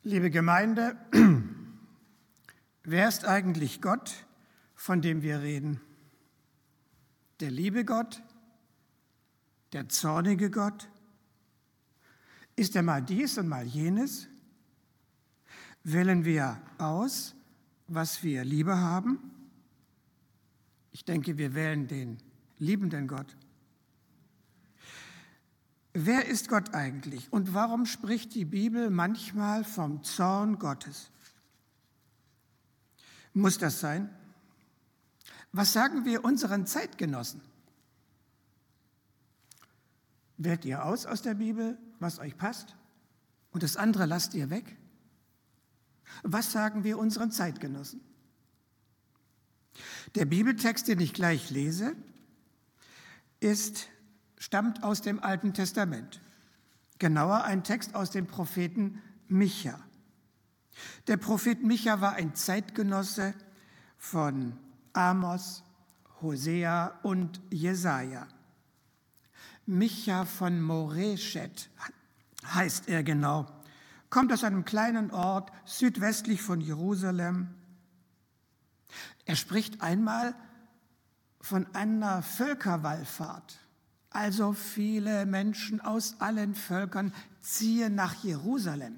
Liebe Gemeinde, wer ist eigentlich Gott, von dem wir reden? Der liebe Gott? Der zornige Gott? Ist er mal dies und mal jenes? Wählen wir aus, was wir lieber haben? Ich denke, wir wählen den liebenden Gott. Wer ist Gott eigentlich und warum spricht die Bibel manchmal vom Zorn Gottes? Muss das sein? Was sagen wir unseren Zeitgenossen? Wählt ihr aus der Bibel, was euch passt, und das andere lasst ihr weg? Was sagen wir unseren Zeitgenossen? Der Bibeltext, den ich gleich lese, stammt aus dem Alten Testament. Genauer ein Text aus dem Propheten Micha. Der Prophet Micha war ein Zeitgenosse von Amos, Hosea und Jesaja. Micha von Moreshet heißt er genau, kommt aus einem kleinen Ort südwestlich von Jerusalem. Er spricht einmal von einer Völkerwallfahrt. Also viele Menschen aus allen Völkern ziehen nach Jerusalem,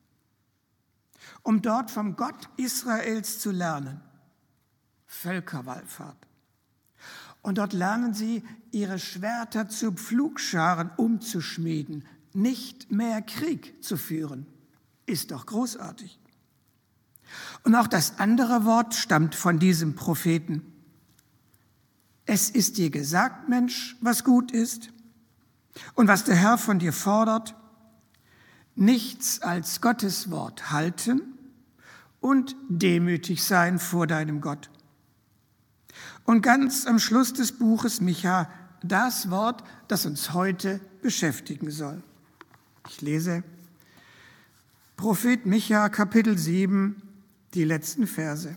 um dort vom Gott Israels zu lernen. Völkerwallfahrt. Und dort lernen sie, ihre Schwerter zu Pflugscharen umzuschmieden, nicht mehr Krieg zu führen. Ist doch großartig. Und auch das andere Wort stammt von diesem Propheten. Es ist dir gesagt, Mensch, was gut ist und was der Herr von dir fordert, nichts als Gottes Wort halten und demütig sein vor deinem Gott. Und ganz am Schluss des Buches Micha das Wort, das uns heute beschäftigen soll. Ich lese Prophet Micha, Kapitel 7, die letzten Verse.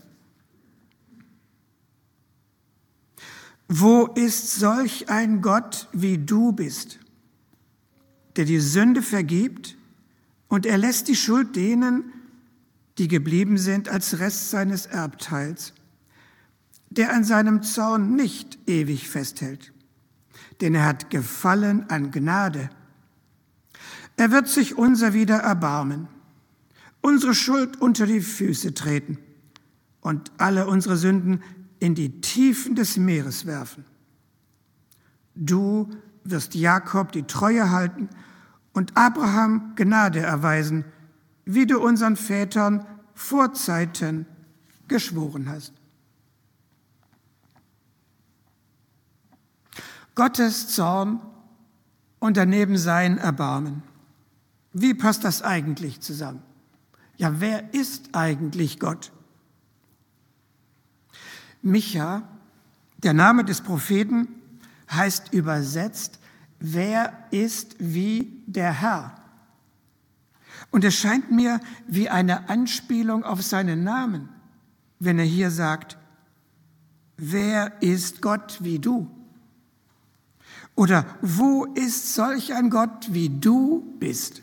Wo ist solch ein Gott, wie du bist, der die Sünde vergibt und er lässt die Schuld denen, die geblieben sind, als Rest seines Erbteils, der an seinem Zorn nicht ewig festhält, denn er hat Gefallen an Gnade. Er wird sich unser wieder erbarmen, unsere Schuld unter die Füße treten und alle unsere Sünden in die Tiefen des Meeres werfen. Du wirst Jakob die Treue halten und Abraham Gnade erweisen, wie du unseren Vätern vor Zeiten geschworen hast. Gottes Zorn und daneben sein Erbarmen. Wie passt das eigentlich zusammen? Ja, wer ist eigentlich Gott? Micha, der Name des Propheten, heißt übersetzt, wer ist wie der Herr? Und es scheint mir wie eine Anspielung auf seinen Namen, wenn er hier sagt, wer ist Gott wie du? Oder wo ist solch ein Gott wie du bist?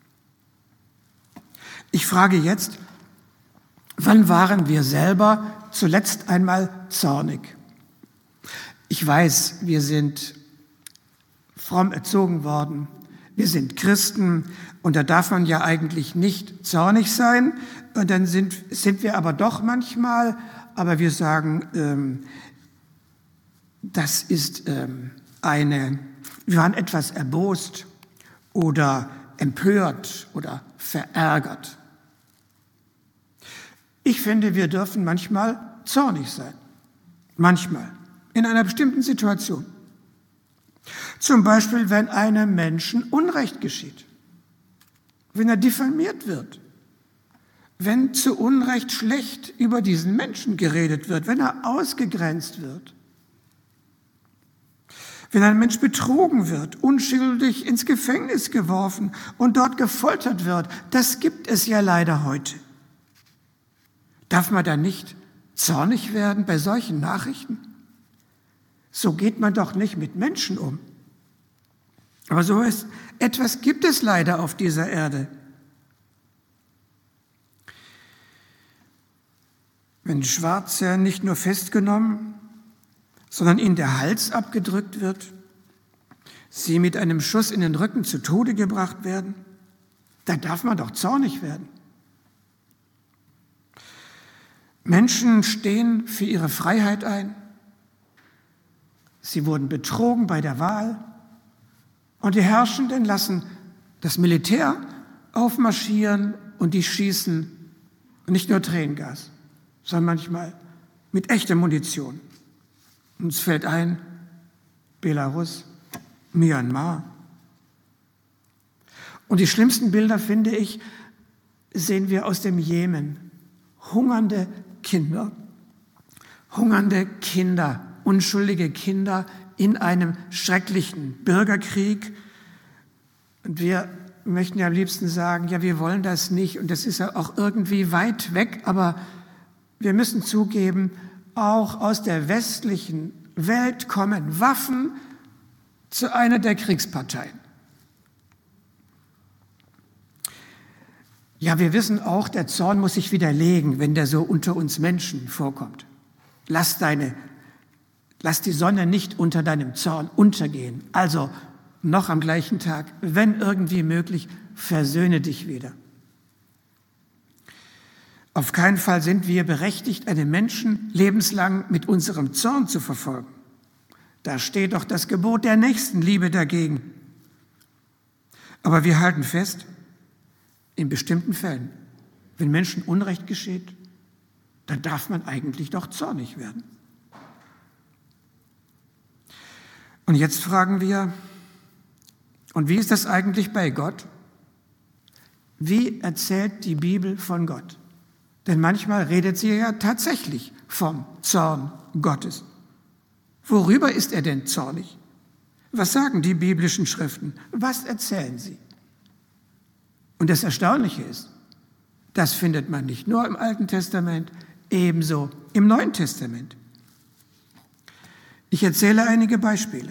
Ich frage jetzt, wann waren wir selber zuletzt einmal zornig? Ich weiß, wir sind fromm erzogen worden. Wir sind Christen und da darf man ja eigentlich nicht zornig sein. Und dann sind wir aber doch manchmal, aber wir sagen, das ist wir waren etwas erbost oder empört oder verärgert. Ich finde, wir dürfen manchmal zornig sein. Manchmal. In einer bestimmten Situation. Zum Beispiel, wenn einem Menschen Unrecht geschieht. Wenn er diffamiert wird. Wenn zu Unrecht schlecht über diesen Menschen geredet wird. Wenn er ausgegrenzt wird. Wenn ein Mensch betrogen wird, unschuldig ins Gefängnis geworfen und dort gefoltert wird. Das gibt es ja leider heute. Darf man da nicht zornig werden bei solchen Nachrichten? So geht man doch nicht mit Menschen um. Aber so etwas gibt es leider auf dieser Erde. wenn Schwarze nicht nur festgenommen, sondern ihnen der Hals abgedrückt wird, sie mit einem Schuss in den Rücken zu Tode gebracht werden, da darf man doch zornig werden. Menschen stehen für ihre Freiheit ein. Sie wurden betrogen bei der Wahl und die Herrschenden lassen das Militär aufmarschieren und die schießen nicht nur Tränengas, sondern manchmal mit echter Munition. Uns fällt ein, Belarus, Myanmar. Und die schlimmsten Bilder, finde ich, sehen wir aus dem Jemen. Hungernde Kinder, unschuldige Kinder in einem schrecklichen Bürgerkrieg. Und wir möchten ja am liebsten sagen, ja, wir wollen das nicht und das ist ja auch irgendwie weit weg, aber wir müssen zugeben, auch aus der westlichen Welt kommen Waffen zu einer der Kriegsparteien. Ja, wir wissen auch, der Zorn muss sich widerlegen, wenn der so unter uns Menschen vorkommt. Lass die Sonne nicht unter deinem Zorn untergehen. Also noch am gleichen Tag, wenn irgendwie möglich, versöhne dich wieder. Auf keinen Fall sind wir berechtigt, einen Menschen lebenslang mit unserem Zorn zu verfolgen. Da steht doch das Gebot der Nächstenliebe dagegen. Aber wir halten fest, in bestimmten Fällen, wenn Menschen Unrecht geschieht, dann darf man eigentlich doch zornig werden. Und jetzt fragen wir, und wie ist das eigentlich bei Gott? Wie erzählt die Bibel von Gott? Denn manchmal redet sie ja tatsächlich vom Zorn Gottes. Worüber ist er denn zornig? Was sagen die biblischen Schriften? Was erzählen sie? Und das Erstaunliche ist, das findet man nicht nur im Alten Testament, ebenso im Neuen Testament. Ich erzähle einige Beispiele.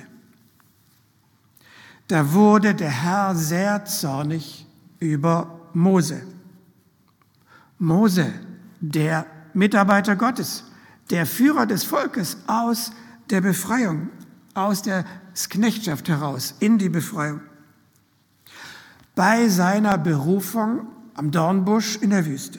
Da wurde der Herr sehr zornig über Mose. Mose, der Mitarbeiter Gottes, der Führer des Volkes aus der Befreiung, aus der Knechtschaft heraus in die Befreiung. Bei seiner Berufung am Dornbusch in der Wüste.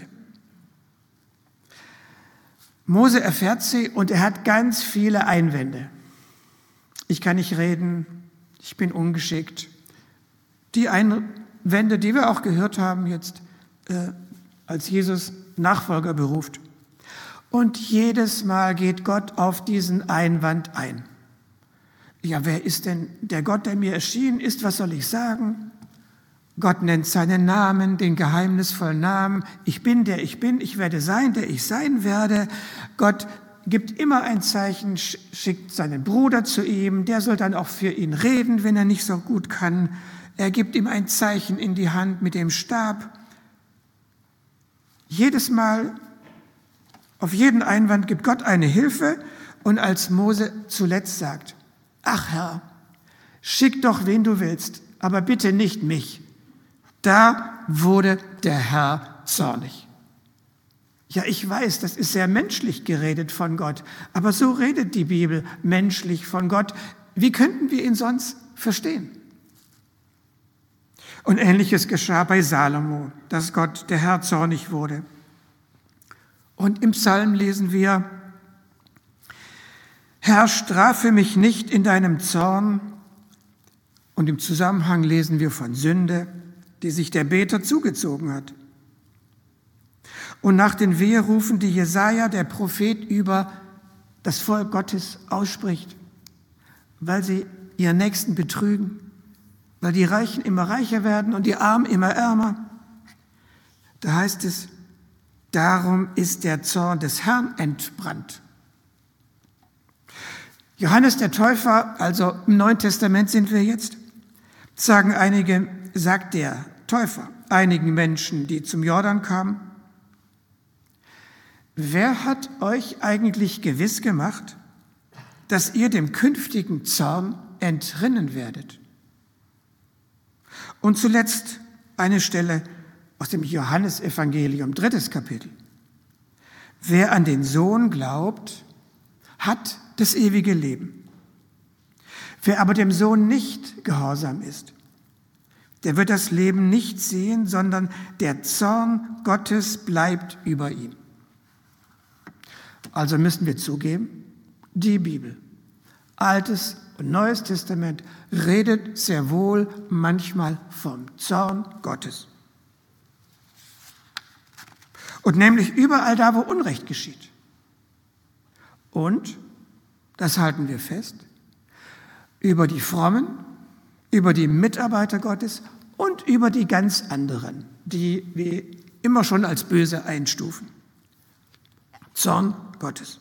Mose erfährt sie und er hat ganz viele Einwände. Ich kann nicht reden, ich bin ungeschickt. Die Einwände, die wir auch gehört haben jetzt, als Jesus Nachfolger beruft. Und jedes Mal geht Gott auf diesen Einwand ein. Ja, wer ist denn der Gott, der mir erschienen ist? Was soll ich sagen? Gott nennt seinen Namen, den geheimnisvollen Namen. Ich bin, der ich bin. Ich werde sein, der ich sein werde. Gott gibt immer ein Zeichen, schickt seinen Bruder zu ihm. Der soll dann auch für ihn reden, wenn er nicht so gut kann. Er gibt ihm ein Zeichen in die Hand mit dem Stab. Jedes Mal, auf jeden Einwand gibt Gott eine Hilfe. Und als Mose zuletzt sagt, ach Herr, schick doch, wen du willst, aber bitte nicht mich. Da wurde der Herr zornig. Ja, ich weiß, das ist sehr menschlich geredet von Gott, aber so redet die Bibel menschlich von Gott. Wie könnten wir ihn sonst verstehen? Und Ähnliches geschah bei Salomo, dass Gott, der Herr, zornig wurde. Und im Psalm lesen wir, Herr, strafe mich nicht in deinem Zorn. Und im Zusammenhang lesen wir von Sünde, die sich der Beter zugezogen hat. Und nach den Weherufen, die Jesaja, der Prophet, über das Volk Gottes ausspricht, weil sie ihren Nächsten betrügen, weil die Reichen immer reicher werden und die Armen immer ärmer. Da heißt es, darum ist der Zorn des Herrn entbrannt. Johannes der Täufer, also im Neuen Testament sind wir jetzt, sagt der Täufer einigen Menschen, die zum Jordan kamen, wer hat euch eigentlich gewiss gemacht, dass ihr dem künftigen Zorn entrinnen werdet? Und zuletzt eine Stelle aus dem Johannesevangelium, 3. Kapitel. Wer an den Sohn glaubt, hat das ewige Leben. Wer aber dem Sohn nicht gehorsam ist, der wird das Leben nicht sehen, sondern der Zorn Gottes bleibt über ihm. Also müssen wir zugeben, die Bibel, Altes und Neues Testament, redet sehr wohl manchmal vom Zorn Gottes. Und nämlich überall da, wo Unrecht geschieht. Und, das halten wir fest, über die Frommen, über die Mitarbeiter Gottes und über die ganz anderen, die wir immer schon als böse einstufen. Zorn Gottes.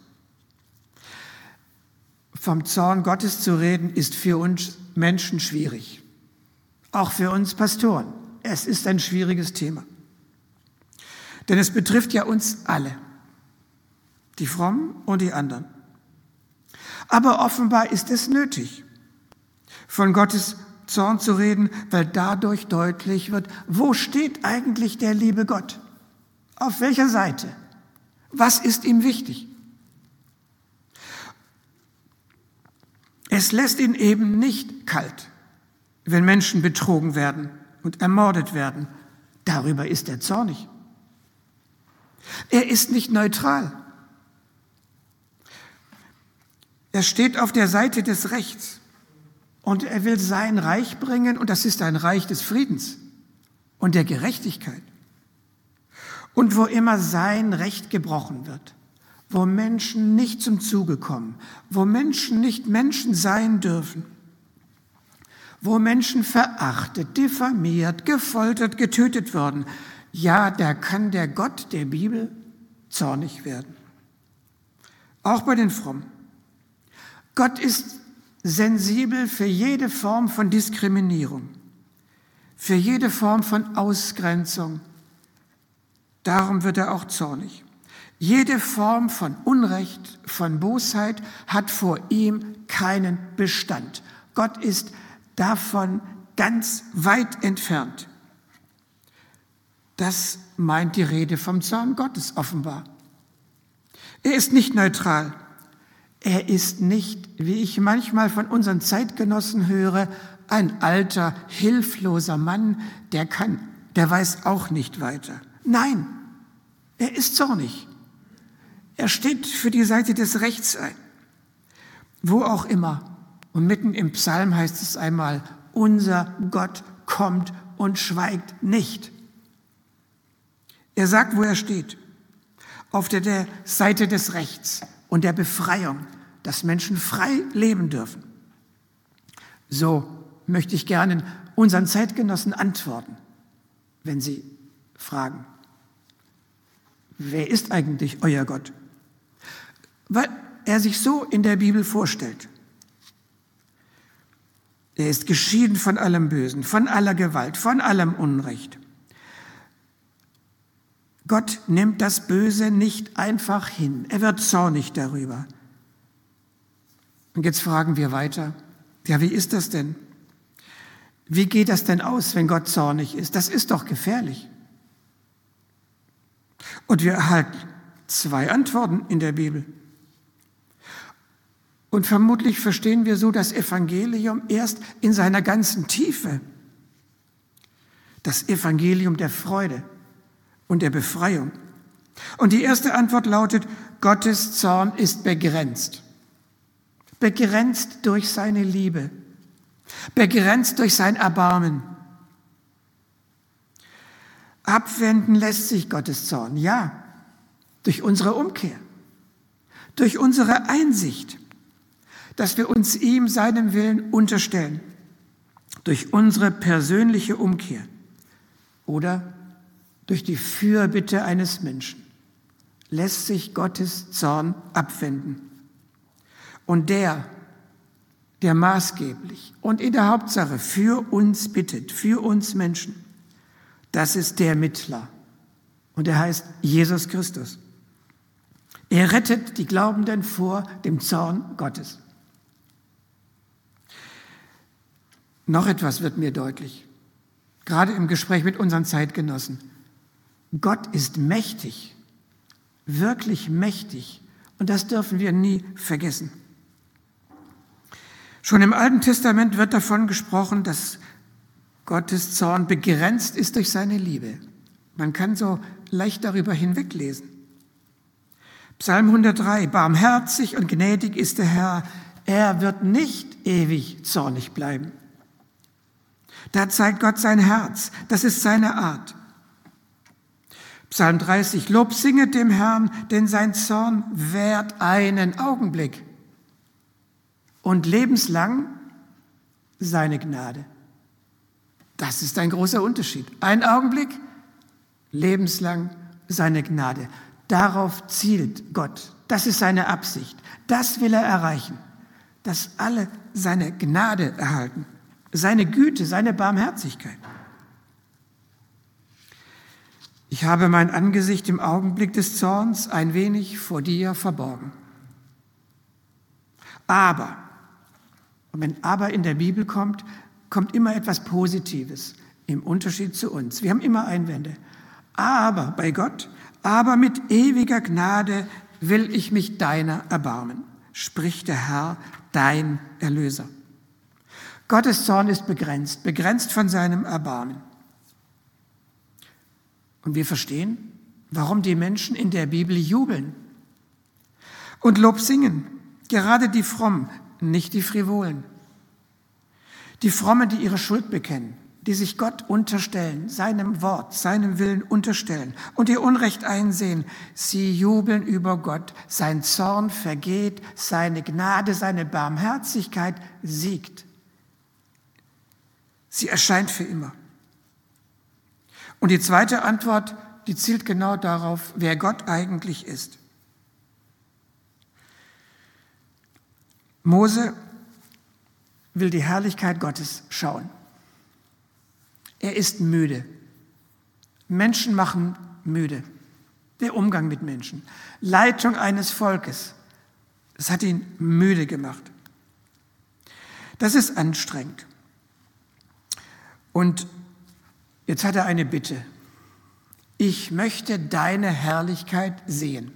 Vom Zorn Gottes zu reden, ist für uns Menschen schwierig. Auch für uns Pastoren. Es ist ein schwieriges Thema. Denn es betrifft ja uns alle, die Frommen und die anderen. Aber offenbar ist es nötig, von Gottes Zorn zu reden, weil dadurch deutlich wird, wo steht eigentlich der liebe Gott? Auf welcher Seite? Was ist ihm wichtig? Es lässt ihn eben nicht kalt, wenn Menschen betrogen werden und ermordet werden. Darüber ist er zornig. Er ist nicht neutral. Er steht auf der Seite des Rechts und er will sein Reich bringen, und das ist ein Reich des Friedens und der Gerechtigkeit. Und wo immer sein Recht gebrochen wird, wo Menschen nicht zum Zuge kommen, wo Menschen nicht Menschen sein dürfen, wo Menschen verachtet, diffamiert, gefoltert, getötet werden, ja, da kann der Gott der Bibel zornig werden. Auch bei den Frommen. Gott ist sensibel für jede Form von Diskriminierung, für jede Form von Ausgrenzung. Darum wird er auch zornig. Jede Form von Unrecht, von Bosheit hat vor ihm keinen Bestand. Gott ist davon ganz weit entfernt. Das meint die Rede vom Zorn Gottes offenbar. Er ist nicht neutral. Er ist nicht, wie ich manchmal von unseren Zeitgenossen höre, ein alter, hilfloser Mann, der weiß auch nicht weiter. Nein, er ist zornig. Er steht für die Seite des Rechts ein. Wo auch immer. Und mitten im Psalm heißt es einmal, unser Gott kommt und schweigt nicht. Er sagt, wo er steht. Auf der Seite des Rechts und der Befreiung, dass Menschen frei leben dürfen. So möchte ich gerne unseren Zeitgenossen antworten, wenn sie fragen, wer ist eigentlich euer Gott? Weil er sich so in der Bibel vorstellt. Er ist geschieden von allem Bösen, von aller Gewalt, von allem Unrecht. Gott nimmt das Böse nicht einfach hin. Er wird zornig darüber. Und jetzt fragen wir weiter, ja, wie ist das denn? Wie geht das denn aus, wenn Gott zornig ist? Das ist doch gefährlich. Und wir erhalten 2 Antworten in der Bibel. Und vermutlich verstehen wir so das Evangelium erst in seiner ganzen Tiefe. Das Evangelium der Freude und der Befreiung. Und die erste Antwort lautet, Gottes Zorn ist begrenzt. Begrenzt durch seine Liebe. Begrenzt durch sein Erbarmen. Abwenden lässt sich Gottes Zorn, ja, durch unsere Umkehr, durch unsere Einsicht, dass wir uns ihm, seinem Willen unterstellen, durch unsere persönliche Umkehr oder durch die Fürbitte eines Menschen lässt sich Gottes Zorn abwenden. Und der maßgeblich und in der Hauptsache für uns bittet, für uns Menschen, das ist der Mittler. Und er heißt Jesus Christus. Er rettet die Glaubenden vor dem Zorn Gottes. Noch etwas wird mir deutlich, gerade im Gespräch mit unseren Zeitgenossen. Gott ist mächtig, wirklich mächtig. Und das dürfen wir nie vergessen. Schon im Alten Testament wird davon gesprochen, dass Gottes Zorn begrenzt ist durch seine Liebe. Man kann so leicht darüber hinweglesen. Psalm 103, barmherzig und gnädig ist der Herr, er wird nicht ewig zornig bleiben. Da zeigt Gott sein Herz, das ist seine Art. Psalm 30, Lob singet dem Herrn, denn sein Zorn währt einen Augenblick und lebenslang seine Gnade. Das ist ein großer Unterschied. Ein Augenblick, lebenslang seine Gnade. Darauf zielt Gott. Das ist seine Absicht. Das will er erreichen, dass alle seine Gnade erhalten, seine Güte, seine Barmherzigkeit. Ich habe mein Angesicht im Augenblick des Zorns ein wenig vor dir verborgen. Aber, und wenn aber in der Bibel kommt, kommt immer etwas Positives im Unterschied zu uns. Wir haben immer Einwände. Aber bei Gott, aber mit ewiger Gnade will ich mich deiner erbarmen, spricht der Herr, dein Erlöser. Gottes Zorn ist begrenzt von seinem Erbarmen. Und wir verstehen, warum die Menschen in der Bibel jubeln und Lob singen, gerade die Frommen, nicht die Frivolen. Die Frommen, die ihre Schuld bekennen, die sich Gott unterstellen, seinem Wort, seinem Willen unterstellen und ihr Unrecht einsehen, sie jubeln über Gott. Sein Zorn vergeht, seine Gnade, seine Barmherzigkeit siegt. Sie erscheint für immer. Und die zweite Antwort, die zielt genau darauf, wer Gott eigentlich ist. Mose will die Herrlichkeit Gottes schauen. Er ist müde. Menschen machen müde. Der Umgang mit Menschen. Leitung eines Volkes. Das hat ihn müde gemacht. Das ist anstrengend. Und jetzt hat er eine Bitte. Ich möchte deine Herrlichkeit sehen.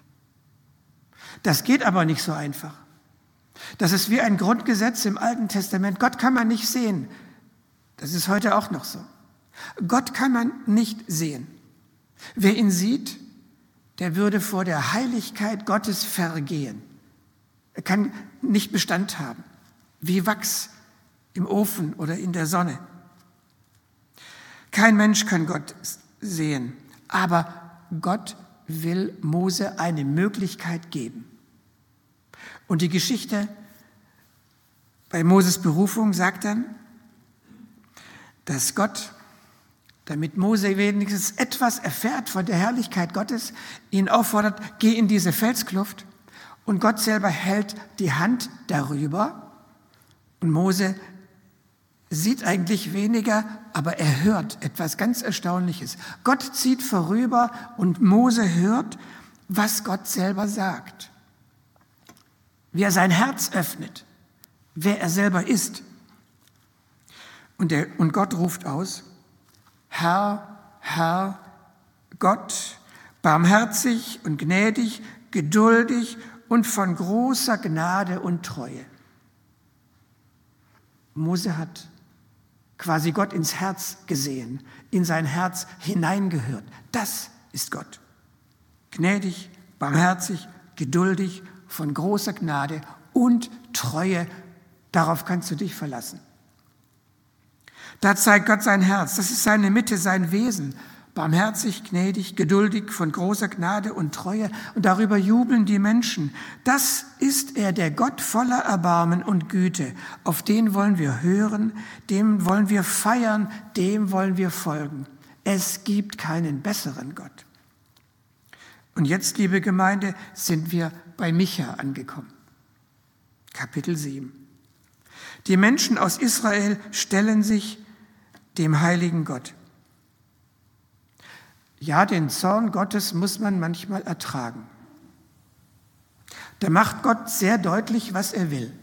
Das geht aber nicht so einfach. Das ist wie ein Grundgesetz im Alten Testament. Gott kann man nicht sehen. Das ist heute auch noch so. Gott kann man nicht sehen. Wer ihn sieht, der würde vor der Heiligkeit Gottes vergehen. Er kann nicht Bestand haben, wie Wachs im Ofen oder in der Sonne. Kein Mensch kann Gott sehen, aber Gott will Mose eine Möglichkeit geben. Und die Geschichte bei Moses Berufung sagt dann, dass Gott, damit Mose wenigstens etwas erfährt von der Herrlichkeit Gottes, ihn auffordert, geh in diese Felskluft. Und Gott selber hält die Hand darüber. Und Mose sieht eigentlich weniger, aber er hört etwas ganz Erstaunliches. Gott zieht vorüber und Mose hört, was Gott selber sagt. Wie er sein Herz öffnet, wer er selber ist. Und Gott ruft aus, Herr, Herr, Gott, barmherzig und gnädig, geduldig und von großer Gnade und Treue. Mose hat quasi Gott ins Herz gesehen, in sein Herz hineingehört. Das ist Gott. Gnädig, barmherzig, geduldig, von großer Gnade und Treue. Darauf kannst du dich verlassen. Da zeigt Gott sein Herz. Das ist seine Mitte, sein Wesen. Barmherzig, gnädig, geduldig, von großer Gnade und Treue. Und darüber jubeln die Menschen. Das ist er, der Gott voller Erbarmen und Güte. Auf den wollen wir hören, dem wollen wir feiern, dem wollen wir folgen. Es gibt keinen besseren Gott. Und jetzt, liebe Gemeinde, sind wir bei Micha angekommen. Kapitel 7. Die Menschen aus Israel stellen sich dem heiligen Gott. Ja, den Zorn Gottes muss man manchmal ertragen. Da macht Gott sehr deutlich, was er will.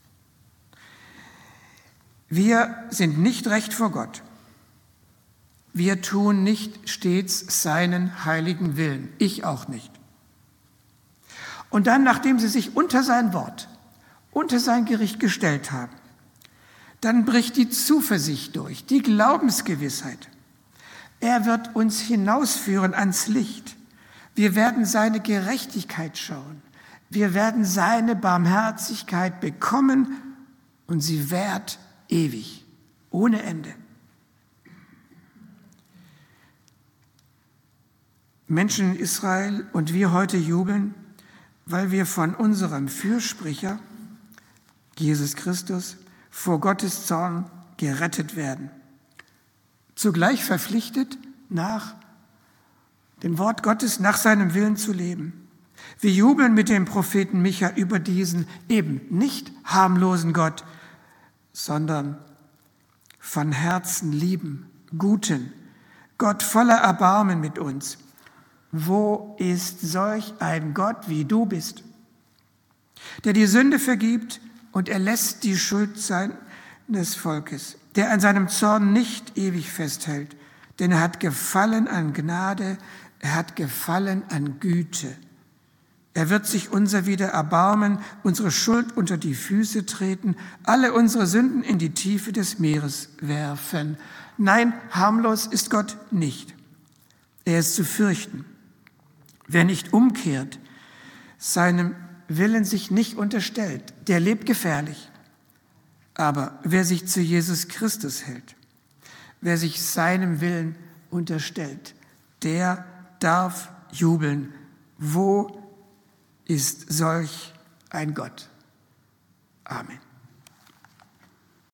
Wir sind nicht recht vor Gott. Wir tun nicht stets seinen heiligen Willen, ich auch nicht. Und dann, nachdem sie sich unter sein Wort, unter sein Gericht gestellt haben, dann bricht die Zuversicht durch, die Glaubensgewissheit. Er wird uns hinausführen ans Licht. Wir werden seine Gerechtigkeit schauen. Wir werden seine Barmherzigkeit bekommen und sie währt ewig, ohne Ende. Menschen in Israel und wir heute jubeln, weil wir von unserem Fürsprecher, Jesus Christus, vor Gottes Zorn gerettet werden. Zugleich verpflichtet, nach dem Wort Gottes, nach seinem Willen zu leben. Wir jubeln mit dem Propheten Micha über diesen eben nicht harmlosen Gott, sondern von Herzen lieben, guten Gott voller Erbarmen mit uns. Wo ist solch ein Gott, wie du bist, der die Sünde vergibt und erlässt die Schuld seines Volkes, der an seinem Zorn nicht ewig festhält, denn er hat Gefallen an Gnade, er hat Gefallen an Güte. Er wird sich unser wieder erbarmen, unsere Schuld unter die Füße treten, alle unsere Sünden in die Tiefe des Meeres werfen. Nein, harmlos ist Gott nicht. Er ist zu fürchten. Wer nicht umkehrt, seinem Willen sich nicht unterstellt, der lebt gefährlich. Aber wer sich zu Jesus Christus hält, wer sich seinem Willen unterstellt, der darf jubeln. Wo ist solch ein Gott? Amen.